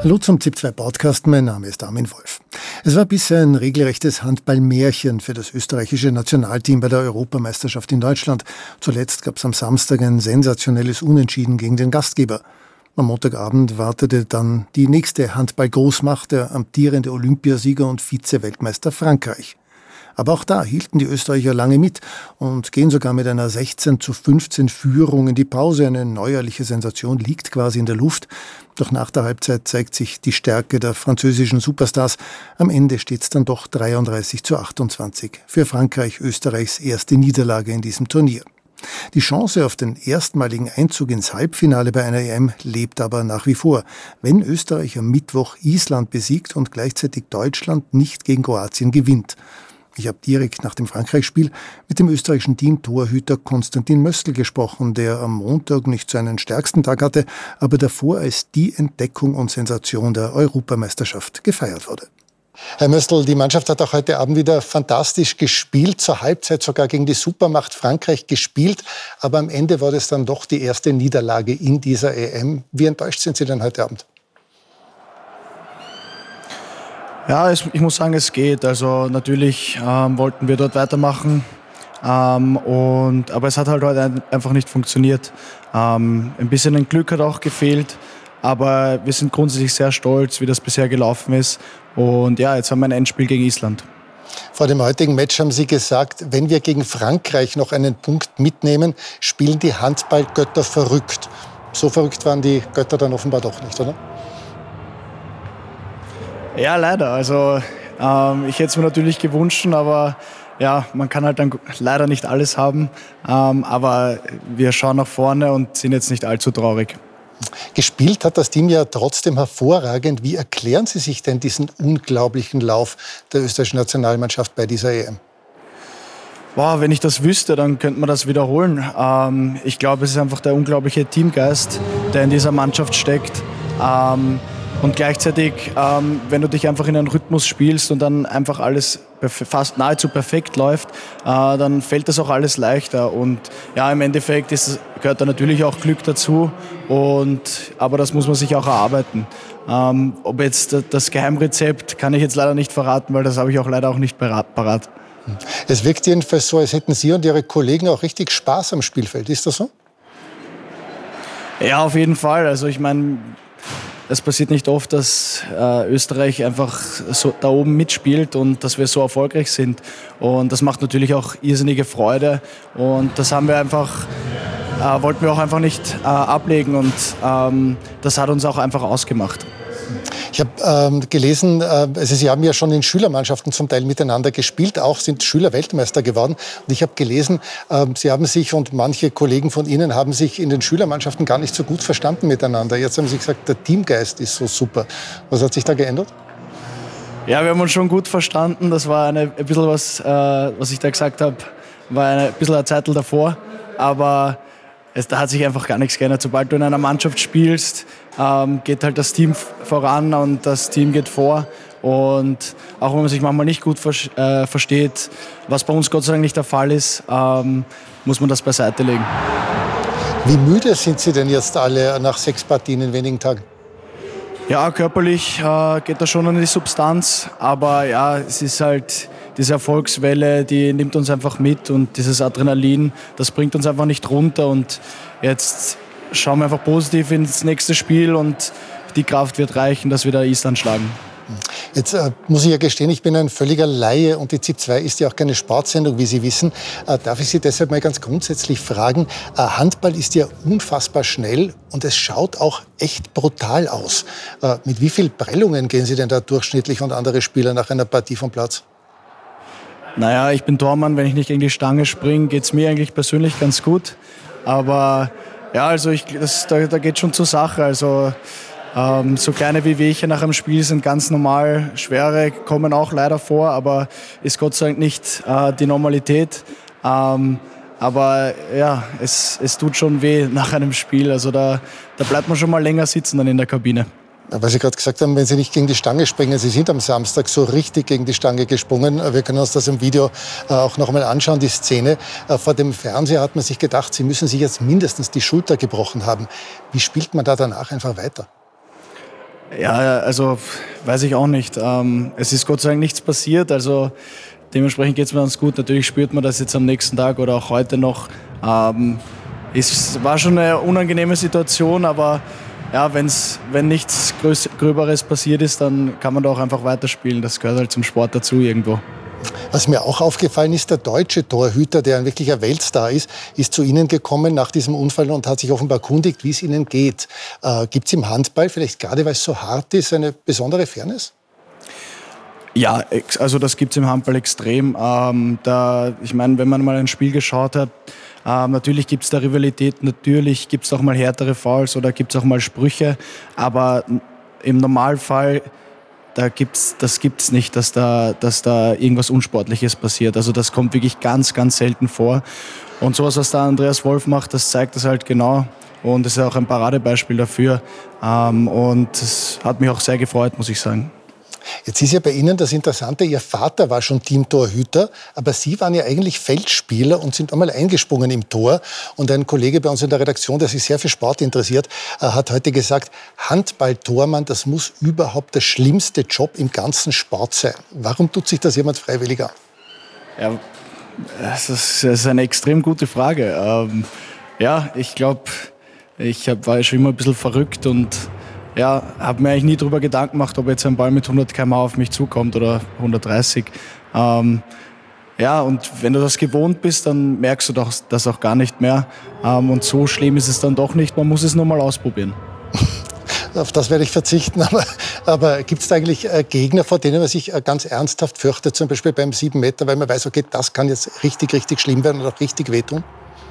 Hallo zum ZIP2 Podcast, mein Name ist Armin Wolf. Es war bisher ein regelrechtes Handballmärchen für das österreichische Nationalteam bei der Europameisterschaft in Deutschland. Zuletzt gab es am Samstag ein sensationelles Unentschieden gegen den Gastgeber. Am Montagabend wartete dann die nächste Handball-Großmacht, der amtierende Olympiasieger und Vize-Weltmeister Frankreich. Aber auch da hielten die Österreicher lange mit und gehen sogar mit einer 16:15 Führung in die Pause. Eine neuerliche Sensation liegt quasi in der Luft. Doch nach der Halbzeit zeigt sich die Stärke der französischen Superstars. Am Ende steht es dann doch 33:28 für Frankreich, Österreichs erste Niederlage in diesem Turnier. Die Chance auf den erstmaligen Einzug ins Halbfinale bei einer EM lebt aber nach wie vor, wenn Österreich am Mittwoch Island besiegt und gleichzeitig Deutschland nicht gegen Kroatien gewinnt. Ich habe direkt nach dem Frankreich-Spiel mit dem österreichischen Team-Torhüter Konstantin Möstl gesprochen, der am Montag nicht seinen stärksten Tag hatte, aber davor als die Entdeckung und Sensation der Europameisterschaft gefeiert wurde. Herr Möstl, die Mannschaft hat auch heute Abend wieder fantastisch gespielt, zur Halbzeit sogar gegen die Supermacht Frankreich gespielt, aber am Ende war das dann doch die erste Niederlage in dieser EM. Wie enttäuscht sind Sie denn heute Abend? Ja, ich muss sagen, es geht. Also natürlich wollten wir dort weitermachen, aber es hat halt heute einfach nicht funktioniert. Ein bisschen ein Glück hat auch gefehlt, aber wir sind grundsätzlich sehr stolz, wie das bisher gelaufen ist. Und ja, jetzt haben wir ein Endspiel gegen Island. Vor dem heutigen Match haben Sie gesagt, wenn wir gegen Frankreich noch einen Punkt mitnehmen, spielen die Handballgötter verrückt. So verrückt waren die Götter dann offenbar doch nicht, oder? Ja, leider. Also ich hätte es mir natürlich gewünscht, aber ja, man kann halt dann leider nicht alles haben. Aber wir schauen nach vorne und sind jetzt nicht allzu traurig. Gespielt hat das Team ja trotzdem hervorragend. Wie erklären Sie sich denn diesen unglaublichen Lauf der österreichischen Nationalmannschaft bei dieser EM? Wow, wenn ich das wüsste, dann könnte man das wiederholen. Ich glaube, es ist einfach der unglaubliche Teamgeist, der in dieser Mannschaft steckt. Und gleichzeitig, wenn du dich einfach in einen Rhythmus spielst und dann einfach alles fast nahezu perfekt läuft, dann fällt das auch alles leichter. Und ja, im Endeffekt gehört da natürlich auch Glück dazu. Aber das muss man sich auch erarbeiten. Ob jetzt das Geheimrezept kann ich jetzt leider nicht verraten, weil das habe ich auch leider auch nicht parat. Es wirkt jedenfalls so, als hätten Sie und Ihre Kollegen auch richtig Spaß am Spielfeld. Ist das so? Ja, auf jeden Fall. Also ich meine, es passiert nicht oft, dass Österreich einfach so da oben mitspielt und dass wir so erfolgreich sind. Und das macht natürlich auch irrsinnige Freude. Und das haben wir wollten wir auch einfach nicht ablegen. Und das hat uns auch einfach ausgemacht. Ich habe gelesen, Sie haben ja schon in Schülermannschaften zum Teil miteinander gespielt, auch sind Schülerweltmeister geworden. Und ich habe gelesen, Sie haben sich und manche Kollegen von Ihnen haben sich in den Schülermannschaften gar nicht so gut verstanden miteinander. Jetzt haben Sie gesagt, der Teamgeist ist so super. Was hat sich da geändert? Ja, wir haben uns schon gut verstanden. Das war ein bisschen was ich da gesagt habe, war ein bisschen eine Zeit davor. Aber da hat sich einfach gar nichts geändert. Sobald du in einer Mannschaft spielst, geht halt das Team voran und das Team geht vor. Und auch wenn man sich manchmal nicht gut versteht, was bei uns Gott sei Dank nicht der Fall ist, muss man das beiseite legen. Wie müde sind Sie denn jetzt alle nach 6 Partien in wenigen Tagen? Ja, körperlich geht das schon an die Substanz. Aber ja, es ist halt diese Erfolgswelle, die nimmt uns einfach mit. Und dieses Adrenalin, das bringt uns einfach nicht runter. Und jetzt schauen wir einfach positiv ins nächste Spiel und die Kraft wird reichen, dass wir da Island schlagen. Jetzt muss ich ja gestehen, ich bin ein völliger Laie und die ZIP2 ist ja auch keine Sportsendung, wie Sie wissen. Darf ich Sie deshalb mal ganz grundsätzlich fragen, Handball ist ja unfassbar schnell und es schaut auch echt brutal aus. Mit wie vielen Prellungen gehen Sie denn da durchschnittlich und andere Spieler nach einer Partie vom Platz? Naja, ich bin Tormann, wenn ich nicht gegen die Stange springe, geht es mir eigentlich persönlich ganz gut. Aber ja, also da geht schon zur Sache. Also so kleine Wehwehchen nach einem Spiel sind ganz normal. Schwere kommen auch leider vor, aber ist Gott sei Dank nicht die Normalität. Aber ja, es tut schon weh nach einem Spiel. Also da bleibt man schon mal länger sitzen dann in der Kabine. Weil Sie gerade gesagt haben, wenn Sie nicht gegen die Stange springen, Sie sind am Samstag so richtig gegen die Stange gesprungen. Wir können uns das im Video auch noch mal anschauen, die Szene. Vor dem Fernseher hat man sich gedacht, Sie müssen sich jetzt mindestens die Schulter gebrochen haben. Wie spielt man da danach einfach weiter? Ja, also weiß ich auch nicht. Es ist Gott sei Dank nichts passiert, also dementsprechend geht es mir ganz gut. Natürlich spürt man das jetzt am nächsten Tag oder auch heute noch. Es war schon eine unangenehme Situation, aber ja, wenn nichts Gröberes passiert ist, dann kann man da auch einfach weiterspielen. Das gehört halt zum Sport dazu irgendwo. Was mir auch aufgefallen ist, der deutsche Torhüter, der ein wirklicher Weltstar ist zu Ihnen gekommen nach diesem Unfall und hat sich offenbar erkundigt, wie es Ihnen geht. Gibt es im Handball, vielleicht gerade weil es so hart ist, eine besondere Fairness? Ja, also das gibt es im Handball extrem. Ich meine, wenn man mal ein Spiel geschaut hat, natürlich gibt es da Rivalität, natürlich gibt es auch mal härtere Fouls oder gibt es auch mal Sprüche, aber im Normalfall das gibt's nicht, dass da irgendwas Unsportliches passiert. Also das kommt wirklich ganz, ganz selten vor. Und sowas, was da Andreas Wolf macht, das zeigt das halt genau. Und das ist auch ein Paradebeispiel dafür. Und es hat mich auch sehr gefreut, muss ich sagen. Jetzt ist ja bei Ihnen das Interessante, Ihr Vater war schon Teamtorhüter, aber Sie waren ja eigentlich Feldspieler und sind einmal eingesprungen im Tor. Und ein Kollege bei uns in der Redaktion, der sich sehr für Sport interessiert, hat heute gesagt, Handballtormann, das muss überhaupt der schlimmste Job im ganzen Sport sein. Warum tut sich das jemand freiwillig an? Ja, das ist eine extrem gute Frage. Ja, ich glaube, war schon immer ein bisschen verrückt und ja, habe mir eigentlich nie darüber Gedanken gemacht, ob jetzt ein Ball mit 100 km/h auf mich zukommt oder 130. Ja, und wenn du das gewohnt bist, dann merkst du das auch gar nicht mehr. Und so schlimm ist es dann doch nicht. Man muss es nur mal ausprobieren. Auf das werde ich verzichten. Aber gibt es da eigentlich Gegner, vor denen man sich ganz ernsthaft fürchtet, zum Beispiel beim 7 Meter, weil man weiß, okay, das kann jetzt richtig, richtig schlimm werden und auch richtig wehtun?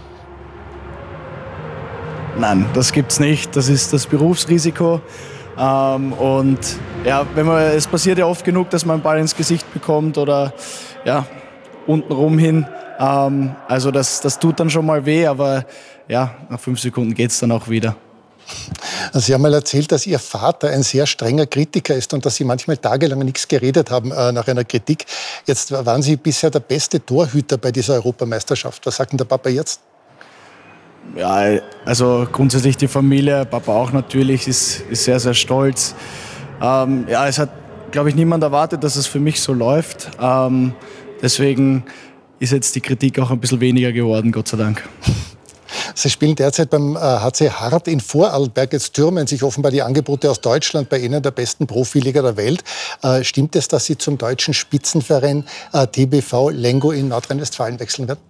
Nein, das gibt's nicht. Das ist das Berufsrisiko. Und ja, es passiert ja oft genug, dass man einen Ball ins Gesicht bekommt oder ja, untenrum hin. Also das tut dann schon mal weh, aber ja, nach 5 Sekunden geht's dann auch wieder. Sie haben mal erzählt, dass Ihr Vater ein sehr strenger Kritiker ist und dass Sie manchmal tagelang nichts geredet haben nach einer Kritik. Jetzt waren Sie bisher der beste Torhüter bei dieser Europameisterschaft. Was sagt denn der Papa jetzt? Ja, also grundsätzlich die Familie, Papa auch natürlich, ist sehr, sehr stolz. Ja, es hat, glaube ich, niemand erwartet, dass es für mich so läuft. Deswegen ist jetzt die Kritik auch ein bisschen weniger geworden, Gott sei Dank. Sie spielen derzeit beim HC Hart in Vorarlberg. Jetzt türmen sich offenbar die Angebote aus Deutschland bei Ihnen, der besten Profiliga der Welt. Stimmt es, dass Sie zum deutschen Spitzenverein TBV Lengo in Nordrhein-Westfalen wechseln werden?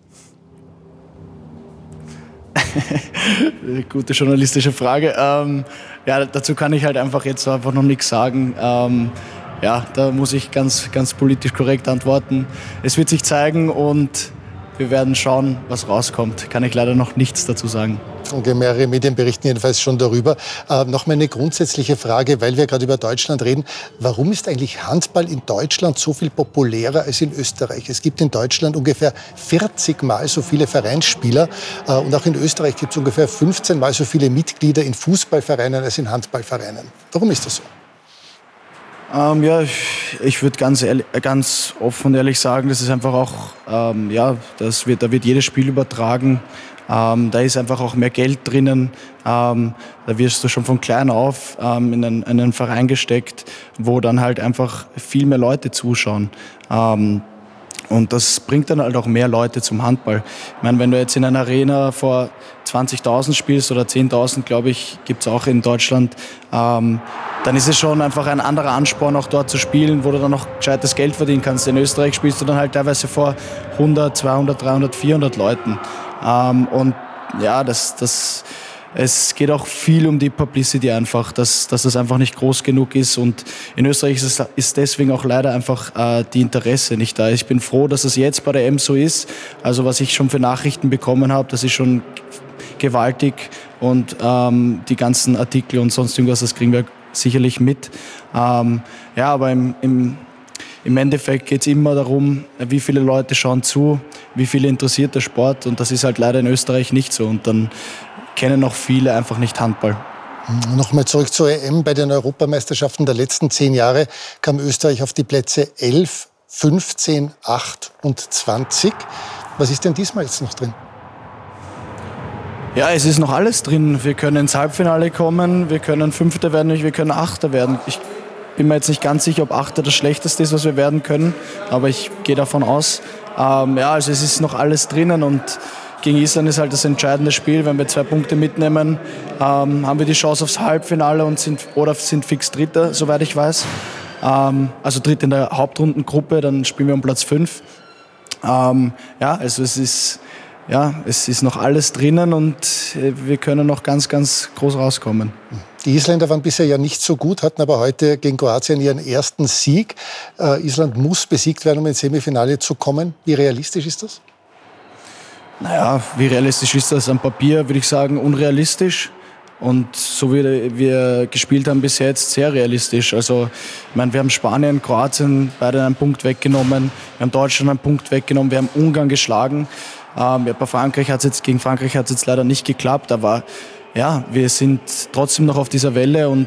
Gute journalistische Frage. Ja, dazu kann ich halt jetzt einfach noch nichts sagen. Ja, da muss ich ganz, ganz politisch korrekt antworten. Es wird sich zeigen und wir werden schauen, was rauskommt. Kann ich leider noch nichts dazu sagen. Okay, mehrere Medien berichten jedenfalls schon darüber. Noch mal eine grundsätzliche Frage, weil wir gerade über Deutschland reden. Warum ist eigentlich Handball in Deutschland so viel populärer als in Österreich? Es gibt in Deutschland ungefähr 40 Mal so viele Vereinsspieler und auch in Österreich gibt es ungefähr 15 Mal so viele Mitglieder in Fußballvereinen als in Handballvereinen. Warum ist das so? Ja, ich würde ganz offen und ehrlich sagen, das ist einfach auch, ja, da wird jedes Spiel übertragen. Da ist einfach auch mehr Geld drinnen. Da wirst du schon von klein auf in einen Verein gesteckt, wo dann halt einfach viel mehr Leute zuschauen. Und das bringt dann halt auch mehr Leute zum Handball. Ich meine, wenn du jetzt in einer Arena vor 20.000 spielst oder 10.000, glaube ich, gibt's auch in Deutschland, dann ist es schon einfach ein anderer Ansporn, auch dort zu spielen, wo du dann noch gescheites Geld verdienen kannst. In Österreich spielst du dann halt teilweise vor 100, 200, 300, 400 Leuten. Und ja, es geht auch viel um die Publicity einfach, dass das einfach nicht groß genug ist. Und in Österreich ist deswegen auch leider einfach die Interesse nicht da. Ich bin froh, dass es jetzt bei der EM so ist. Also was ich schon für Nachrichten bekommen habe, das ist schon gewaltig. Und die ganzen Artikel und sonst irgendwas, das kriegen wir sicherlich mit. Ja, aber im Endeffekt geht es immer darum, wie viele Leute schauen zu, wie viele interessiert der Sport. Und das ist halt leider in Österreich nicht so. Und dann kennen auch viele einfach nicht Handball. Nochmal zurück zur EM. Bei den Europameisterschaften der letzten 10 Jahre kam Österreich auf die Plätze 11, 15, 8 und 20. Was ist denn diesmal jetzt noch drin? Ja, es ist noch alles drin. Wir können ins Halbfinale kommen, wir können Fünfter werden, wir können Achter werden. Ich bin mir jetzt nicht ganz sicher, ob Achter das Schlechteste ist, was wir werden können, aber ich gehe davon aus. Also es ist noch alles drinnen und gegen Island ist halt das entscheidende Spiel. Wenn wir 2 Punkte mitnehmen, haben wir die Chance aufs Halbfinale und sind fix Dritter, soweit ich weiß. Also Dritter in der Hauptrundengruppe, dann spielen wir um Platz 5. Also es ist noch alles drinnen und wir können noch ganz, ganz groß rauskommen. Die Isländer waren bisher ja nicht so gut, hatten aber heute gegen Kroatien ihren ersten Sieg. Island muss besiegt werden, um ins Semifinale zu kommen. Wie realistisch ist das? Naja, wie realistisch ist das? Am Papier würde ich sagen unrealistisch. Und so wie wir gespielt haben bis jetzt, sehr realistisch. Also, ich meine, wir haben Spanien, Kroatien beide einen Punkt weggenommen. Wir haben Deutschland einen Punkt weggenommen. Wir haben Ungarn geschlagen. Gegen Frankreich hat es jetzt leider nicht geklappt. Aber ja, wir sind trotzdem noch auf dieser Welle. Und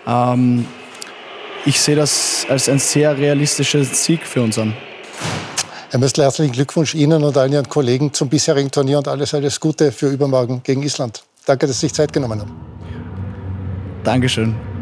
ich sehe das als ein sehr realistischer Sieg für uns an. Herr Möstl, herzlichen Glückwunsch Ihnen und allen Ihren Kollegen zum bisherigen Turnier und alles Gute für übermorgen gegen Island. Danke, dass Sie sich Zeit genommen haben. Dankeschön.